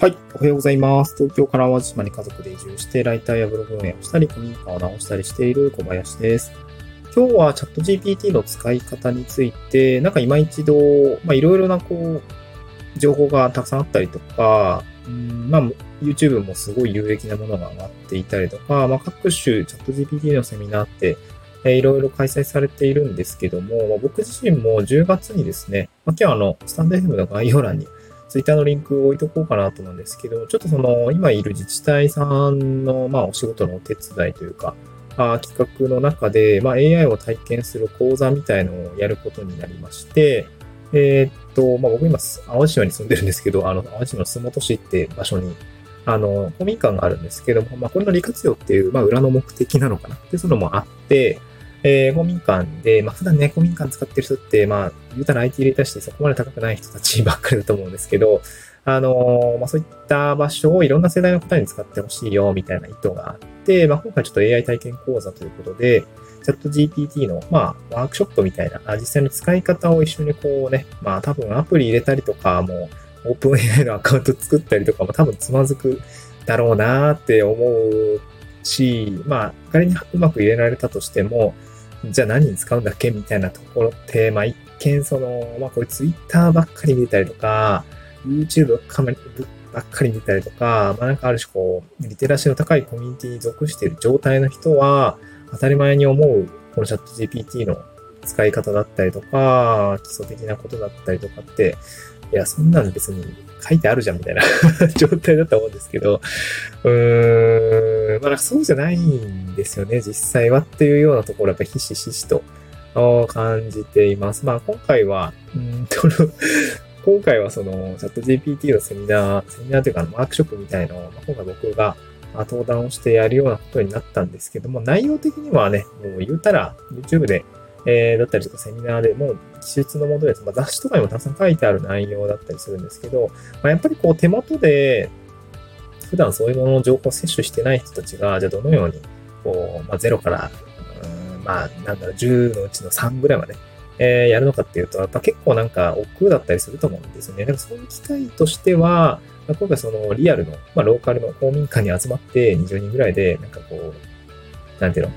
はい。おはようございます。東京から淡路島に家族で移住して、ライターやブログ運営をしたり、古民家を直したりしている小林です。今日はチャット GPT の使い方について、今一度、いろいろな情報がたくさんあったりとか、YouTube もすごい有益なものが上がっていたりとか、各種チャット GPT のセミナーって、いろいろ開催されているんですけども、僕自身も10月にですね、今日はスタンド FM の概要欄にツイッターのリンクを置いとこうかなと思うんですけど、ちょっと今いる自治体さんの、お仕事のお手伝いというか、企画の中で、AI を体験する講座みたいのをやることになりまして、僕今、淡路島に住んでるんですけど、淡路島の洲本市って場所に、公民館があるんですけども、これの利活用っていう、裏の目的なのかなっていうのもあって、公民館で、普段ね、公民館使ってる人って、言うたら IT 入れたしてそこまで高くない人たちばっかりだと思うんですけど、そういった場所をいろんな世代の方に使ってほしいよ、みたいな意図があって、今回ちょっと AI 体験講座ということで、チャット GPT の、ワークショップみたいな、実際の使い方を一緒に多分アプリ入れたりとか、もう、オープン AI のアカウント作ったりとかも多分つまずくだろうなって思うし、仮にうまく入れられたとしても、じゃあ何に使うんだっけみたいなところって、一見これ Twitter ばっかり見たりとか、YouTube ばっかり見たりとか、ある種リテラシーの高いコミュニティに属している状態の人は、当たり前に思う、このチャット GPT の使い方だったりとか、基礎的なことだったりとかって、いや、そんなん別に書いてあるじゃんみたいな状態だと思うんですけど、そうじゃないんですよね、実際はっていうようなところやっぱりひしひしと感じています。今回は、そのチャット GPT のセミナーというかワークショップみたいのを、今回僕が登壇をしてやるようなことになったんですけども、内容的にはね、もう言うたら YouTube で、だったりとかセミナーでもう記述のもとで、雑誌とかにもたくさん書いてある内容だったりするんですけど、やっぱり手元で普段そういうものの情報を摂取してない人たちが、じゃあどのように、0から、10のうちの3ぐらいまで、やるのかっていうと、やっぱ結構億劫だったりすると思うんですよね。そういう機会としては、今回リアルの、ローカルの公民館に集まって20人ぐらいで、なんていうの、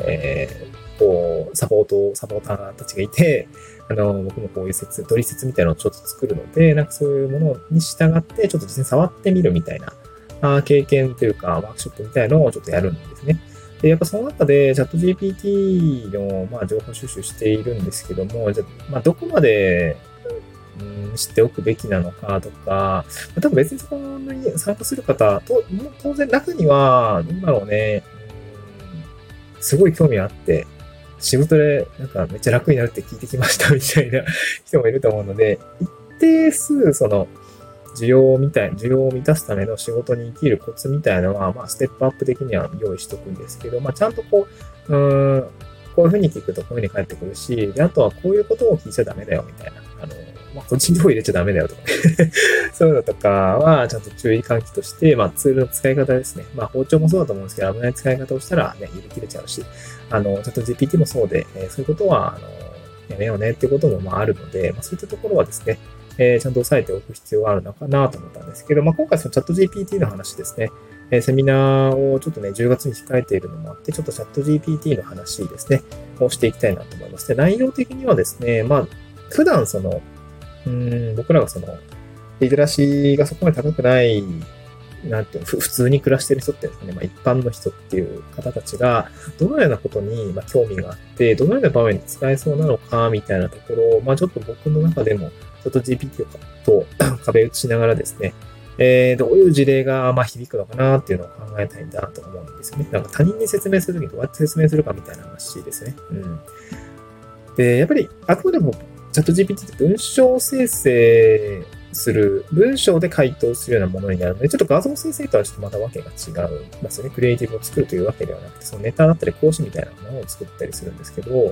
サポーターたちがいて、僕もこういう取説みたいなのをちょっと作るので、そういうものに従って、ちょっと実際に触ってみるみたいな、経験というか、ワークショップみたいなのをちょっとやるんですね。で、やっぱその中で、チャット GPT の、情報収集しているんですけども、どこまで、知っておくべきなのかとか、多分別にそこに参加する方と、当然中には、どうだろうね、すごい興味があって、仕事でめっちゃ楽になるって聞いてきましたみたいな人もいると思うので、一定数需要を満たすための仕事に生きるコツみたいなのは、ステップアップ的には用意しとくんですけど、ちゃんとこういう風に聞くとこういう風に返ってくるし、で、あとはこういうことを聞いちゃダメだよみたいな。個人情報入れちゃダメだよとかね。そういうのとかは、ちゃんと注意喚起として、ツールの使い方ですね。包丁もそうだと思うんですけど、危ない使い方をしたらね、指切れちゃうし、チャット GPT もそうで、そういうことは、やめようねっていうこともあるので、そういったところはですね、ちゃんと押さえておく必要があるのかなと思ったんですけど、今回そのチャット GPT の話ですね、セミナーをちょっとね、10月に控えているのもあって、ちょっとチャット GPT の話ですね、をしていきたいなと思います。で、内容的にはですね、普段僕らがリテラシーがそこまで高くない、普通に暮らしている人っていうんですかね、一般の人っていう方たちが、どのようなことに興味があって、どのような場面に使えそうなのか、みたいなところを、ちょっと僕の中でも、ちょっと GPT と壁打ちしながらですね、どういう事例が響くのかなっていうのを考えたいんだと思うんですよね。他人に説明するときにどうやって説明するかみたいな話ですね。で、やっぱり、あくまでも、チャット GPT って文章生成する、文章で回答するようなものになるので、ちょっと画像生成とはちょっとまたわけが違いますね。クリエイティブを作るというわけではなくて、そのネタだったり講師みたいなものを作ったりするんですけど、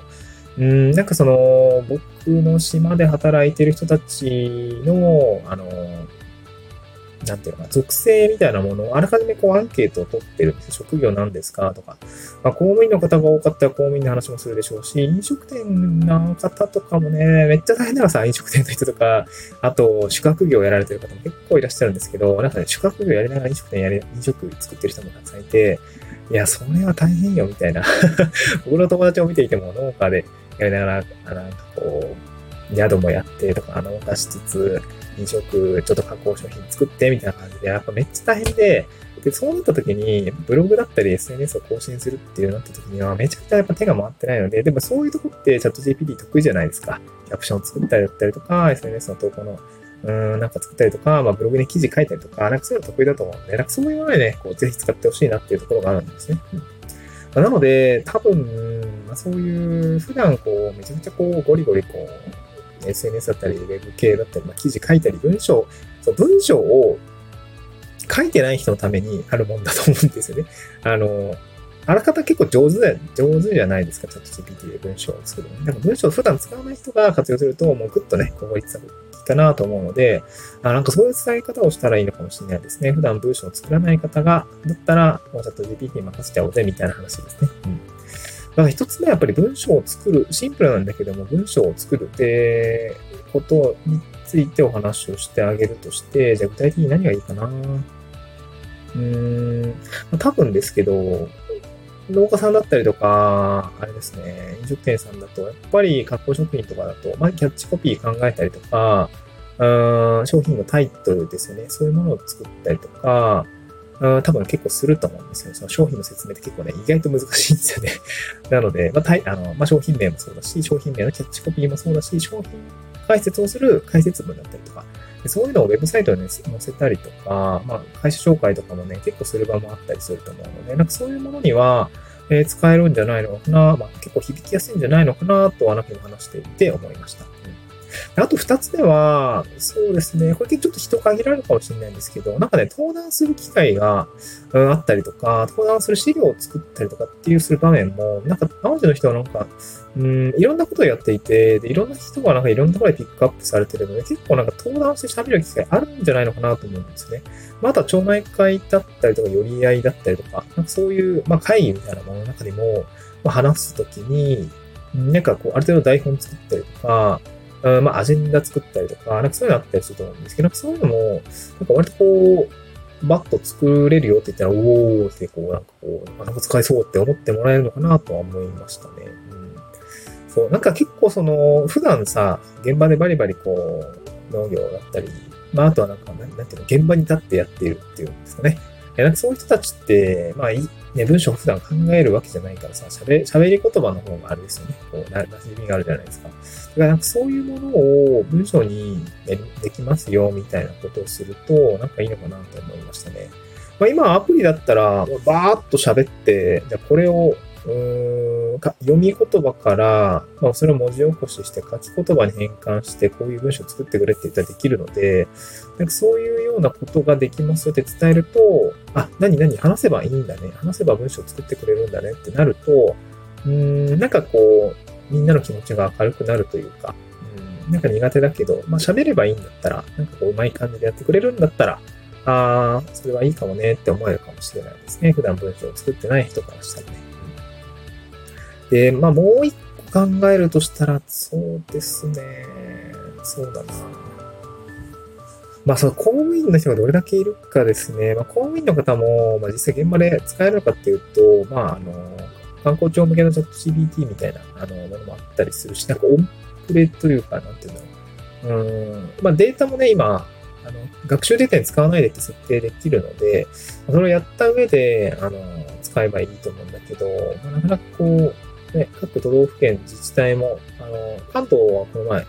僕の島で働いている人たちの、 なんていうのかな、属性みたいなものをあらかじめこうアンケートを取ってるんですよ。職業何ですかとか。まあ、公務員の方が多かったら公務員の話もするでしょうし、飲食店の方とかもね、めっちゃ大変なのさ、飲食店の人とか、あと、宿泊業をやられてる方も結構いらっしゃるんですけど、なんかね、宿泊業やりながら飲食作ってる人もたくさんいて、いや、それは大変よ、みたいな。僕の友達を見ていても農家でやりながら、なんかこう、宿もやってとか、農家しつつ、飲食、ちょっと加工商品作ってみたいな感じで、やっぱめっちゃ大変で、そうなった時に、ブログだったり SNS を更新するっていうなった時には、めちゃくちゃやっぱ手が回ってないので、でもそういうとこってチャット GPT 得意じゃないですか。キャプションを作ったりだったりとか、SNS の投稿の、なんか作ったりとか、まあブログに記事書いたりとか、なんかそういうの得意だと思うんで、なんかそういうものでね、こう、ぜひ使ってほしいなっていうところがあるんですね。なので、多分、まあ、そういう、普段こう、めちゃくちゃこう、ゴリゴリこう、SNS だったり、ウェブ系だったり、まあ、記事書いたり、文章を書いてない人のためにあるもんだと思うんですよね。あらかた結構上手じゃないですか、チャット GPT で文章を作るの。なんか文章を普段使わない人が活用すると、もうぐっとね、効率がいいかなと思うので、なんかそういう伝え方をしたらいいのかもしれないですね。普段文章を作らない方が、だったら、もうチャット GPT に任せちゃおうぜ、みたいな話ですね。だから一つ目はやっぱり文章を作る、シンプルなんだけども、文章を作るってことについてお話をしてあげるとして、じゃあ具体的に何がいいかな。多分ですけど、農家さんだったりとか、あれですね、飲食店さんだと、やっぱり加工食品とかだと、まあ、キャッチコピー考えたりとか、商品のタイトルですよね。そういうものを作ったりとか、多分結構すると思うんですよ。その商品の説明って結構ね、意外と難しいんですよね。なので、商品名もそうだし、商品名のキャッチコピーもそうだし、商品解説をする解説文だったりとか、そういうのをウェブサイトに載せたりとか、会社紹介とかもね、結構する場もあったりすると思うので、なんかそういうものには、使えるんじゃないのかな、結構響きやすいんじゃないのかなと、あなたに話していて思いました。あと二つ目は、そうですね、これちょっと人限られるかもしれないんですけど、なんかね、登壇する機会が、あったりとか、登壇する資料を作ったりとかっていうする場面も、なんか、淡路の人はなんか、いろんなことをやっていて、で、いろんな人がなんかいろんなところでピックアップされてるので、結構なんか登壇して喋る機会あるんじゃないのかなと思うんですね。あとは町内会だったりとか、寄り合いだったりとか、なんかそういう、会議みたいなものの中でも、話すときに、なんかこう、ある程度台本作ったりとか、アジェンダ作ったりとか、なんかそういうのあったりすると思うんですけど、そういうのも、なんか割とこう、バッと作れるよって言ったら、おーってこう、なんかこう、なんか使えそうって思ってもらえるのかなとは思いましたね。そう、なんか結構普段さ、現場でバリバリこう、農業だったり、あとはなんていうの、現場に立ってやっているっていうんですかね。なんかそういう人たちって、文章を普段考えるわけじゃないからさ、喋り言葉の方があれですよね。こう、馴染みがあるじゃないですか。だからなんかそういうものを文章にできますよ、みたいなことをすると、なんかいいのかなと思いましたね。今アプリだったら、バーっと喋って、じゃあこれを、読み言葉から、それを文字起こしして書き言葉に変換して、こういう文章を作ってくれって言ったらできるので、なんかそういうようなことができますよって伝えると、何話せばいいんだね。話せば文章を作ってくれるんだねってなると、なんかこう、みんなの気持ちが明るくなるというか、なんか苦手だけど、喋ればいいんだったら、なんかこう、うまい感じでやってくれるんだったら、それはいいかもねって思えるかもしれないですね。普段文章を作ってない人からしたらね。で、もう一個考えるとしたら、そうですね。そうだな。その公務員の人がどれだけいるかですね。公務員の方も、実際現場で使えるのかっていうと、観光庁向けのチャット GPT みたいな、ものもあったりするし、なんかオンプレというか、なんていうんだろう。データもね、今、学習データに使わないでって設定できるので、それをやった上で、使えばいいと思うんだけど、なかなかこう、ね、各都道府県自治体も、関東はこの前、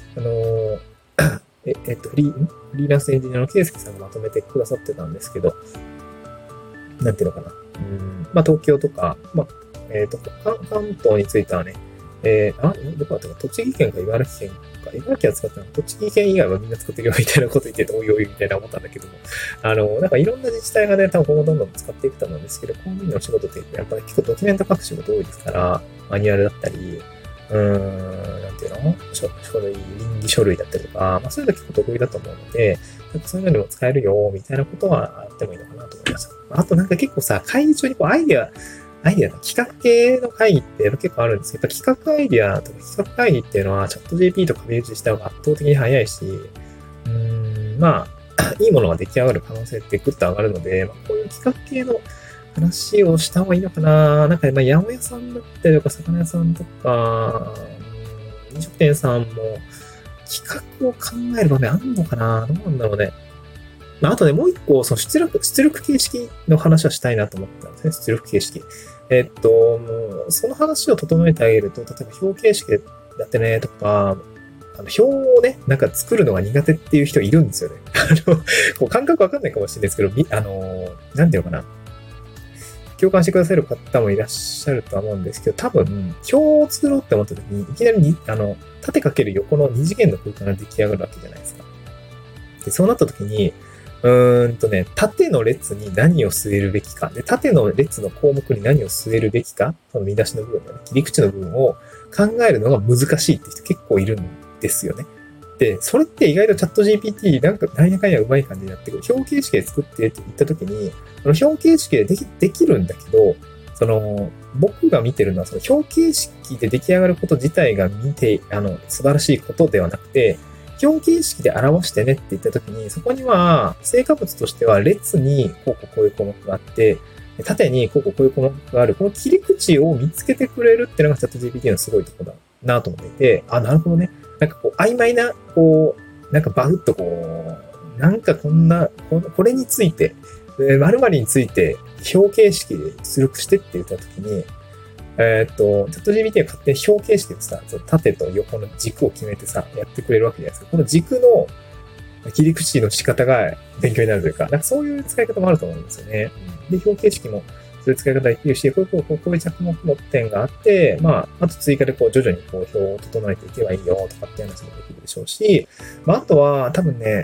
フリーランスエンジニアのケイスケさんがまとめてくださってたんですけど、なんていうのかな。東京とか、関東についてはね、どこだったか、栃木県か茨城県か、茨城は使ったの栃木県以外はみんな作ってるよみたいなこと言ってて、おいおいみたいな思ったんだけども、なんかいろんな自治体がね、多分今後どんどん使っていくと思うんですけど、公務員の仕事ってやっぱり結構ドキュメント書く仕事多いですから、マニュアルだったり、なんていうの書類、臨議書類だったりとか、そういうの結構得意だと思うので、そういうのにも使えるよ、みたいなことはあってもいいのかなと思いました。あと結構さ、会議中にアイデア企画系の会議って結構あるんですけど、企画アイデアとか企画会議っていうのはチャット GP と壁打ちした方が圧倒的に早いし、いいものが出来上がる可能性ってぐっと上がるので、こういう企画系の話をした方がいいのかな。八百屋さんだったりとか、魚屋さんとか、飲食店さんも企画を考える場面あんのかな。どうなんだろうね。あとね、もう一個、その出力形式の話はしたいなと思ったんですね。出力形式。その話を整えてあげると、例えば表形式でやってねとか、表をね、作るのが苦手っていう人いるんですよね。こう感覚わかんないかもしれないですけど、なんていうのかな。共感してくださる方もいらっしゃるとは思うんですけど、多分、表を作ろうって思った時に、いきなり縦かける横の二次元の空間が出来上がるわけじゃないですか。で、そうなった時に、縦の列に何を据えるべきか。で、縦の列の項目に何を据えるべきか。その見出しの部分の、ね、切り口の部分を考えるのが難しいって人結構いるんですよね。で、それって意外とチャット GPT なんやかんやうまい感じになってくる。表形式で作ってって言った時に、その表形式でできるんだけど、僕が見てるのはその表形式で出来上がること自体が素晴らしいことではなくて、表形式で表してねって言ったときに、そこには、成果物としては列にこういう項目があって、縦にこういう項目がある。この切り口を見つけてくれるっていうのがチャット GPT のすごいところだなと思っていて、なるほどね。曖昧な、バウッとこれについて、〇〇について表形式で出力してって言ったときに、チャット GPT が勝手に表形式でさ、縦と横の軸を決めてさ、やってくれるわけじゃないですか。この軸の切り口の仕方が勉強になるというか、そういう使い方もあると思うんですよね。で、表形式もそういう使い方できるし、こういう着目の点があって、あと追加で徐々に表を整えていけばいいよとかっていう話もできるでしょうし、あとは多分ね、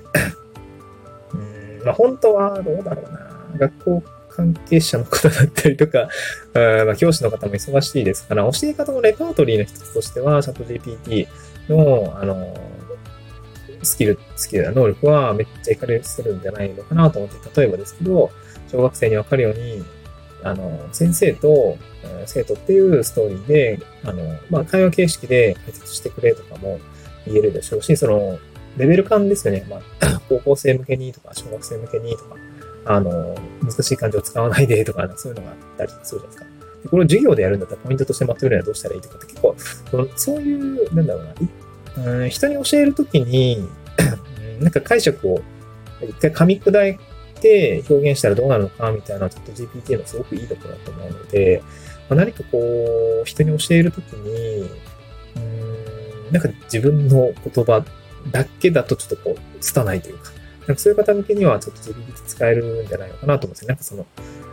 本当はどうだろうな、学校関係者の方だったりとか、教師の方も忙しいですから、教え方のレパートリーの一つとしては、チャット GPT の、スキルや能力はめっちゃ活かれするんじゃないのかなと思って、例えばですけど、小学生にわかるように、先生と生徒っていうストーリーで、会話形式で解説してくれとかも言えるでしょうし、レベル感ですよね。高校生向けにとか、小学生向けにとか、難しい漢字を使わないでとか、そういうのがあったりするじゃないですか。でこれを授業でやるんだったらポイントとしてまとめるにはどうしたらいいとかって結構、そういう、人に教えるときに、解釈を一回噛み砕いて表現したらどうなるのかみたいな、ちょっと GPT のすごくいいところだと思うので、何か人に教えるときに、自分の言葉だけだとちょっと拙ないというか、そういう方向けにはちょっと GPT 使えるんじゃないのかなと思うんですよ。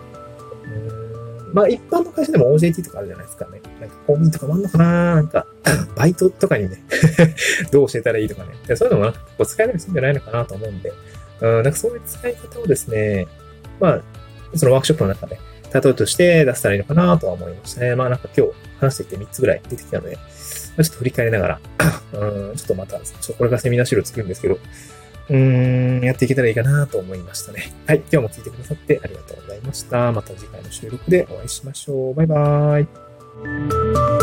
一般の会社でも OJT とかあるじゃないですかね。公務員とかもあるのかなバイトとかにね、どう教えたらいいとかね。そういうのも結構使えたりするんじゃないのかなと思うんで、そういう使い方をですね、そのワークショップの中で、例えとして出せたらいいのかなとは思いましたね。今日話していて3つぐらい出てきたので、ちょっと振り返りながら、ちょっとまた、これからセミナー資料作るんですけど、やっていけたらいいかなと思いましたね。はい。今日も聞いてくださってありがとうございました。また次回の収録でお会いしましょう。バイバーイ。